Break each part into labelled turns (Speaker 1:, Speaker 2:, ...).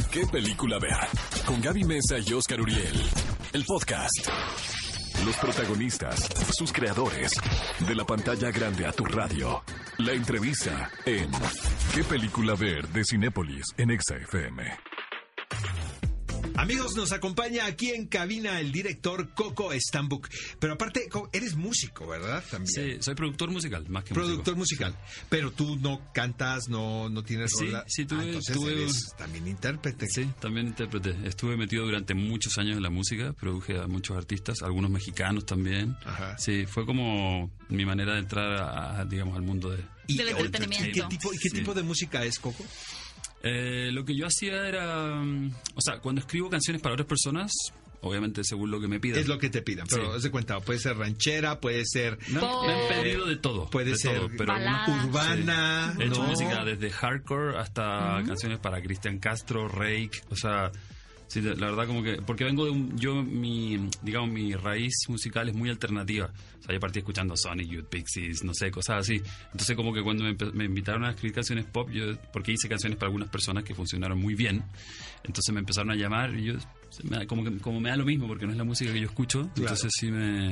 Speaker 1: ¿Qué película ver? Con Gaby Mesa y Oscar Uriel. El podcast. Los protagonistas, sus creadores. De la pantalla grande a tu radio. La entrevista en ¿Qué película ver? De Cinépolis en Exa FM.
Speaker 2: Amigos, nos acompaña aquí en cabina el director Coco Stambuk. Pero aparte, eres músico, ¿verdad? También.
Speaker 3: Sí, soy productor musical, más que
Speaker 2: productor musical. Pero tú no cantas, no tienes rola.
Speaker 3: Sí, entonces
Speaker 2: eres también intérprete.
Speaker 3: Sí, también intérprete. Estuve metido durante muchos años en la música, produje a muchos artistas, algunos mexicanos también. Sí, fue como mi manera de entrar digamos, al mundo del
Speaker 4: entretenimiento.
Speaker 2: ¿Y qué tipo de música es, Coco?
Speaker 3: Lo que yo hacía era, o sea, cuando escribo canciones para otras personas, obviamente según lo que me pidan.
Speaker 2: Es lo que te pidan, pero haz de cuenta, puede ser ranchera, puede ser...
Speaker 3: Me han pedido de todo.
Speaker 2: Puede ser
Speaker 3: todo, pero
Speaker 2: urbana.
Speaker 3: Sí. He hecho música desde hardcore hasta canciones para Cristian Castro, Reik, o sea... Sí, la verdad como que... Porque vengo de mi raíz musical es muy alternativa. O sea, yo partí escuchando Sonic Youth, Pixies, no sé, cosas así. Entonces como que cuando me invitaron a escribir canciones pop, porque hice canciones para algunas personas que funcionaron muy bien, entonces me empezaron a llamar y yo... Como me da lo mismo, porque no es la música que yo escucho, claro. Entonces sí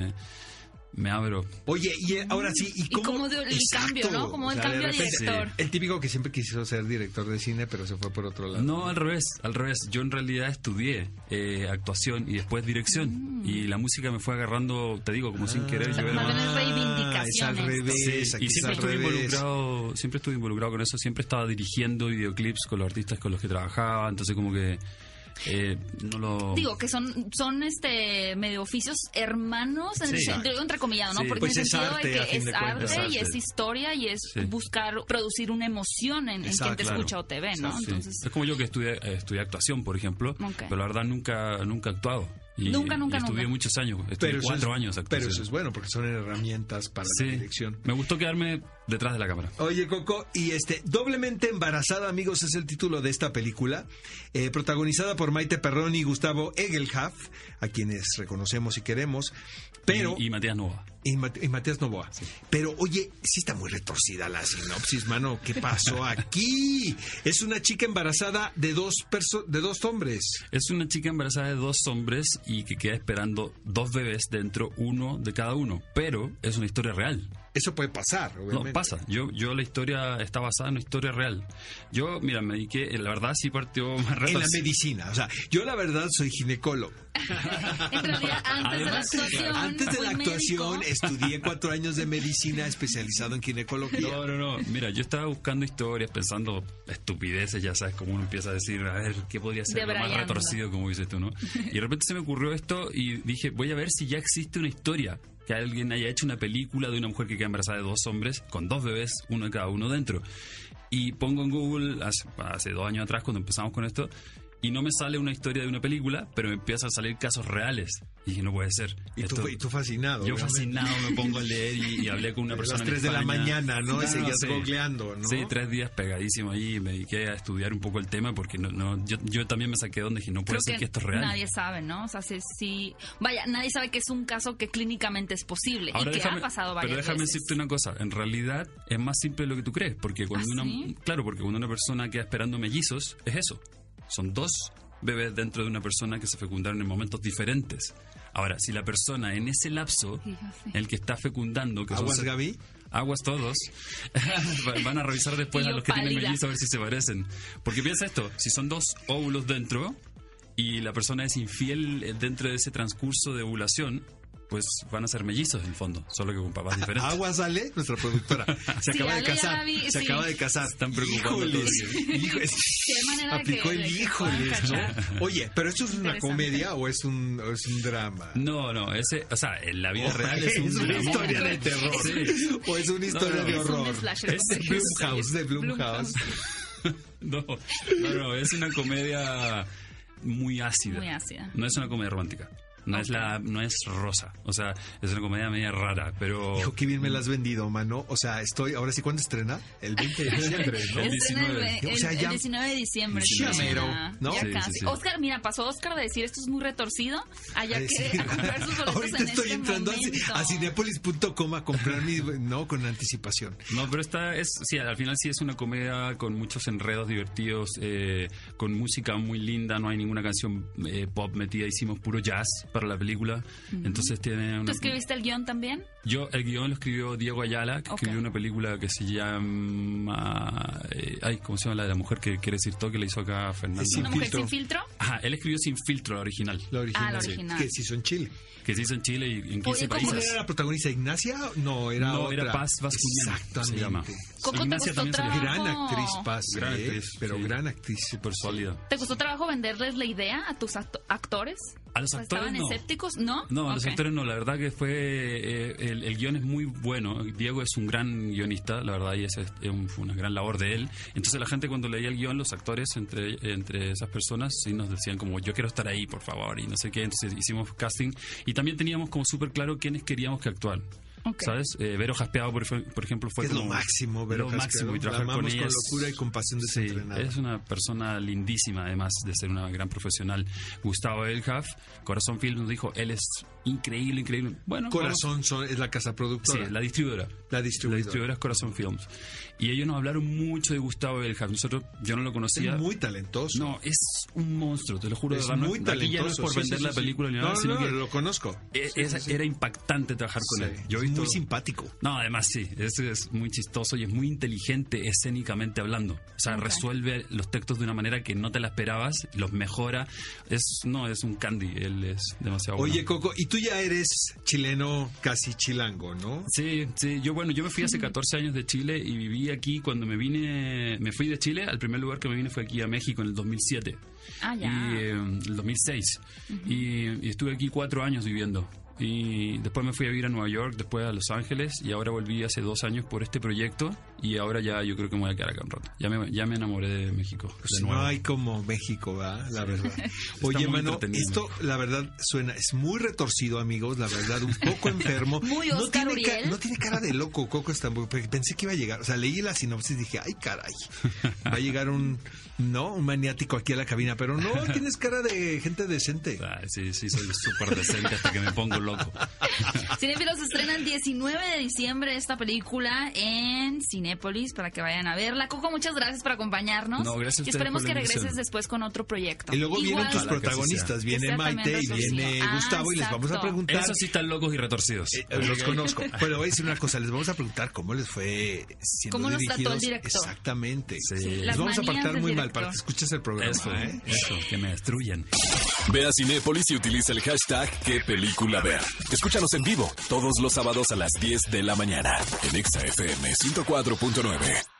Speaker 3: me abro.
Speaker 2: Oye, y ahora sí,
Speaker 4: ¿y cómo el cambio, no? Como el cambio de director.
Speaker 2: Sí. El típico que siempre quiso ser director de cine, pero se fue por otro lado.
Speaker 3: No, al revés. Yo en realidad estudié actuación y después dirección. Y la música me fue agarrando, te digo, como sin querer.
Speaker 4: Yo era reivindicaciones.
Speaker 2: Es al revés.
Speaker 3: Sí, y siempre estuve involucrado con eso. Siempre estaba dirigiendo videoclips con los artistas con los que trabajaba. Entonces como que...
Speaker 4: Digo que son medio oficios hermanos en el sentido entrecomillado, ¿no?
Speaker 2: Sí,
Speaker 4: porque
Speaker 2: pues
Speaker 4: en el sentido
Speaker 2: arte,
Speaker 4: de que es arte y
Speaker 3: arte.
Speaker 4: es historia y es buscar producir una emoción en quien te escucha o te ve, ¿no? Entonces,
Speaker 3: es como yo que estudié actuación, por ejemplo, pero la verdad nunca he actuado. Nunca estudié muchos años, estudié 4 años actuación.
Speaker 2: Pero eso es bueno, porque son herramientas para la dirección.
Speaker 3: Me gustó quedarme detrás de la cámara.
Speaker 2: Oye, Coco, y Doblemente Embarazada, amigos, es el título de esta película, protagonizada por Maite Perroni y Gustavo Egelhaf, a quienes reconocemos y queremos, pero...
Speaker 3: Y Matías Novoa.
Speaker 2: Y Matías Novoa. Sí. Pero, oye, sí está muy retorcida la sinopsis, mano. ¿Qué pasó aquí? Es una chica embarazada de dos hombres.
Speaker 3: Es una chica embarazada de 2 hombres y que queda esperando 2 bebés dentro, uno de cada uno. Pero es una historia real.
Speaker 2: Eso puede pasar, obviamente.
Speaker 3: No, pasa. Yo la historia está basada en una historia real. Yo, mira, me dediqué, la verdad sí partió más retos.
Speaker 2: En la medicina. O sea, yo la verdad soy ginecólogo.
Speaker 4: En realidad, antes de la actuación
Speaker 2: estudié 4 años de medicina especializado en ginecología.
Speaker 3: No. Mira, yo estaba buscando historias, pensando estupideces, ya sabes, como uno empieza a decir, a ver, ¿qué podría ser lo más retorcido, como dices tú, no? Y de repente se me ocurrió esto y dije, voy a ver si ya existe una historia. Que alguien haya hecho una película de una mujer que queda embarazada de 2 hombres con 2 bebés, uno de cada uno dentro. Y pongo en Google hace 2 años atrás cuando empezamos con esto y no me sale una historia de una película, pero me empiezan a salir casos reales. Y dije, no puede ser.
Speaker 2: Y tú fascinado.
Speaker 3: Yo
Speaker 2: obviamente.
Speaker 3: Fascinado me pongo a leer y hablé con una persona.
Speaker 2: A las 3 de la mañana, ¿no? Y seguías googleando, ¿no?
Speaker 3: Sí, 3 días pegadísimo ahí y me dediqué a estudiar un poco el tema porque yo también me saqué donde dije, no puede ser que esto es real.
Speaker 4: Nadie sabe, ¿no? O sea, nadie sabe que es un caso que clínicamente es posible. Ahora y que ha pasado varias veces.
Speaker 3: Pero déjame decirte una cosa. En realidad es más simple de lo que tú crees. Porque cuando porque cuando una persona queda esperando mellizos, es eso. Son 2 bebés dentro de una persona que se fecundaron en momentos diferentes. Ahora, si la persona en ese lapso, el que está fecundando...
Speaker 2: ¿Aguas, Gaby?
Speaker 3: Aguas todos. Van a revisar después a los que tienen mellizos a ver si se parecen. Porque piensa esto, si son 2 óvulos dentro y la persona es infiel dentro de ese transcurso de ovulación, pues van a ser mellizos en el fondo, solo que con papás diferentes.
Speaker 2: Agua sale, nuestra productora. Se acaba de casar. Se acaba de casar.
Speaker 3: Están preocupando todos.
Speaker 2: Aplicó el híjoles, ¿no? Oye, ¿pero esto es una comedia o es un drama?
Speaker 3: No, en la vida real es
Speaker 2: una historia de terror. Sí. O es una historia de horror.
Speaker 4: Es
Speaker 2: de Blumhouse.
Speaker 3: No, es una comedia muy ácida.
Speaker 4: Muy ácida.
Speaker 3: No es una comedia romántica. No es rosa. O sea, es una comedia media rara, pero...
Speaker 2: Hijo, qué bien me la has vendido, mano. O sea, ahora sí, ¿cuándo estrena? El 20 de diciembre, ¿no?
Speaker 3: El 19.
Speaker 4: O sea, el 19 de diciembre.
Speaker 2: Ya mero, ¿no?
Speaker 4: Ya casi.
Speaker 3: Sí.
Speaker 4: Oscar, mira, pasó Oscar de decir esto es muy retorcido allá que a comprar sus boletos
Speaker 2: ahorita
Speaker 4: en
Speaker 2: estoy entrando
Speaker 4: momento.
Speaker 2: a cinepolis.com a comprar no con anticipación.
Speaker 3: No, pero sí, al final sí es una comedia con muchos enredos divertidos, con música muy linda, no hay ninguna canción pop metida, hicimos puro jazz para la película. Entonces tiene
Speaker 4: ¿Tú escribiste el guión también?
Speaker 3: El guión lo escribió Diego Ayala, que escribió una película que se llama... ¿cómo se llama? La de la mujer que quiere decir todo, que le hizo acá Fernando.
Speaker 4: ¿Una mujer sin filtro?
Speaker 3: Ajá, él escribió Sin Filtro, la original.
Speaker 2: La original.
Speaker 4: La original.
Speaker 2: Que se hizo en Chile.
Speaker 3: Que se hizo en Chile y en 15 países.
Speaker 2: ¿Quién era la protagonista? ¿Ignacia? No, era otra.
Speaker 3: Era Paz Vascuñán.
Speaker 2: Exactamente.
Speaker 3: Se llama.
Speaker 4: Coco,
Speaker 3: Ignacia
Speaker 4: ¿te gustó
Speaker 3: también
Speaker 2: Gran actriz, Paz.
Speaker 3: Gran actriz,
Speaker 2: pero
Speaker 3: sí.
Speaker 2: gran actriz.
Speaker 3: Súper sólida.
Speaker 4: ¿Te costó trabajo venderles la idea a tus actores?
Speaker 3: A los actores
Speaker 4: ¿Estaban
Speaker 3: no.
Speaker 4: escépticos? ¿No?
Speaker 3: No, a los actores no. La verdad que fue... el guión es muy bueno. Diego es un gran guionista, la verdad, y fue una gran labor de él. Entonces la gente cuando leía el guión, los actores entre esas personas, sí nos decían como, yo quiero estar ahí, por favor, y no sé qué. Entonces hicimos casting. Y también teníamos como súper claro quiénes queríamos que actuaran. Okay. ¿Sabes? Vero Jaspeado, por ejemplo, fue como...
Speaker 2: Es lo máximo, Vero Jaspeado.
Speaker 3: Y trabajar con ella.
Speaker 2: Con locura y con pasión desenfrenada.
Speaker 3: Sí, es una persona lindísima, además de ser una gran profesional. Gustavo Egelhaf, Corazón Film, nos dijo, él es increíble. Bueno,
Speaker 2: Corazón es la casa productora.
Speaker 3: Sí, la distribuidora. La distribuidora es Corazón Films. Y ellos nos hablaron mucho de Gustavo Egelhaf. Yo no lo conocía.
Speaker 2: Es muy talentoso.
Speaker 3: No, es un monstruo, te lo juro.
Speaker 2: Es muy talentoso.
Speaker 3: Aquí ya no es por vender la película ni nada, sino que
Speaker 2: lo conozco.
Speaker 3: Era impactante trabajar con él.
Speaker 2: Yo he visto... Muy simpático.
Speaker 3: No, además sí, es muy chistoso y es muy inteligente escénicamente hablando. O sea, resuelve los textos de una manera que no te la esperabas, los mejora. Es un candy, él es demasiado bueno.
Speaker 2: Oye, Coco, y tú ya eres chileno casi chilango, ¿no?
Speaker 3: Sí, yo me fui hace 14 años de Chile y viví aquí cuando me fui de Chile, al primer lugar que me vine fue aquí a México en el 2007.
Speaker 4: Ah, ya.
Speaker 3: Y el 2006. Y estuve aquí 4 años viviendo. Y después me fui a vivir a Nueva York, después a Los Ángeles, y ahora volví hace 2 años por este proyecto, y ahora ya yo creo que me voy a quedar acá un rato. Ya me enamoré de México.
Speaker 2: Pues no hay como México, ¿verdad? La verdad. Oye, mano, esto la verdad es muy retorcido, amigos, la verdad, un poco enfermo.
Speaker 4: Muy Oscar Uriel.
Speaker 2: No tiene cara de loco, Coco Estambul, pensé que iba a llegar, o sea, leí la sinopsis y dije, ay, caray, va a llegar un maniático aquí a la cabina, pero no, tienes cara de gente decente.
Speaker 3: Sí, soy súper decente hasta que me pongo loco.
Speaker 4: Cinéfilos estrena el 19 de diciembre esta película en Cinépolis para que vayan a verla. Coco, muchas gracias por acompañarnos.
Speaker 3: No, gracias.
Speaker 4: Y esperemos que regreses después con otro proyecto.
Speaker 2: Y luego vienen tus protagonistas, viene Maite y viene Gustavo, y les vamos a preguntar.
Speaker 3: Esos sí están locos y retorcidos.
Speaker 2: Los conozco. Pero voy a decir una cosa, les vamos a preguntar cómo les fue siendo
Speaker 4: ¿Cómo
Speaker 2: dirigidos.
Speaker 4: Nos trató el director?
Speaker 2: Exactamente.
Speaker 3: Sí.
Speaker 2: Les vamos a apartar muy mal para que escuches el programa.
Speaker 3: Eso, que me destruyan.
Speaker 1: Ve a Cinépolis y utiliza el hashtag #qué película ver. Escúchanos en vivo todos los sábados a las 10 de la mañana en Exa FM 104.9.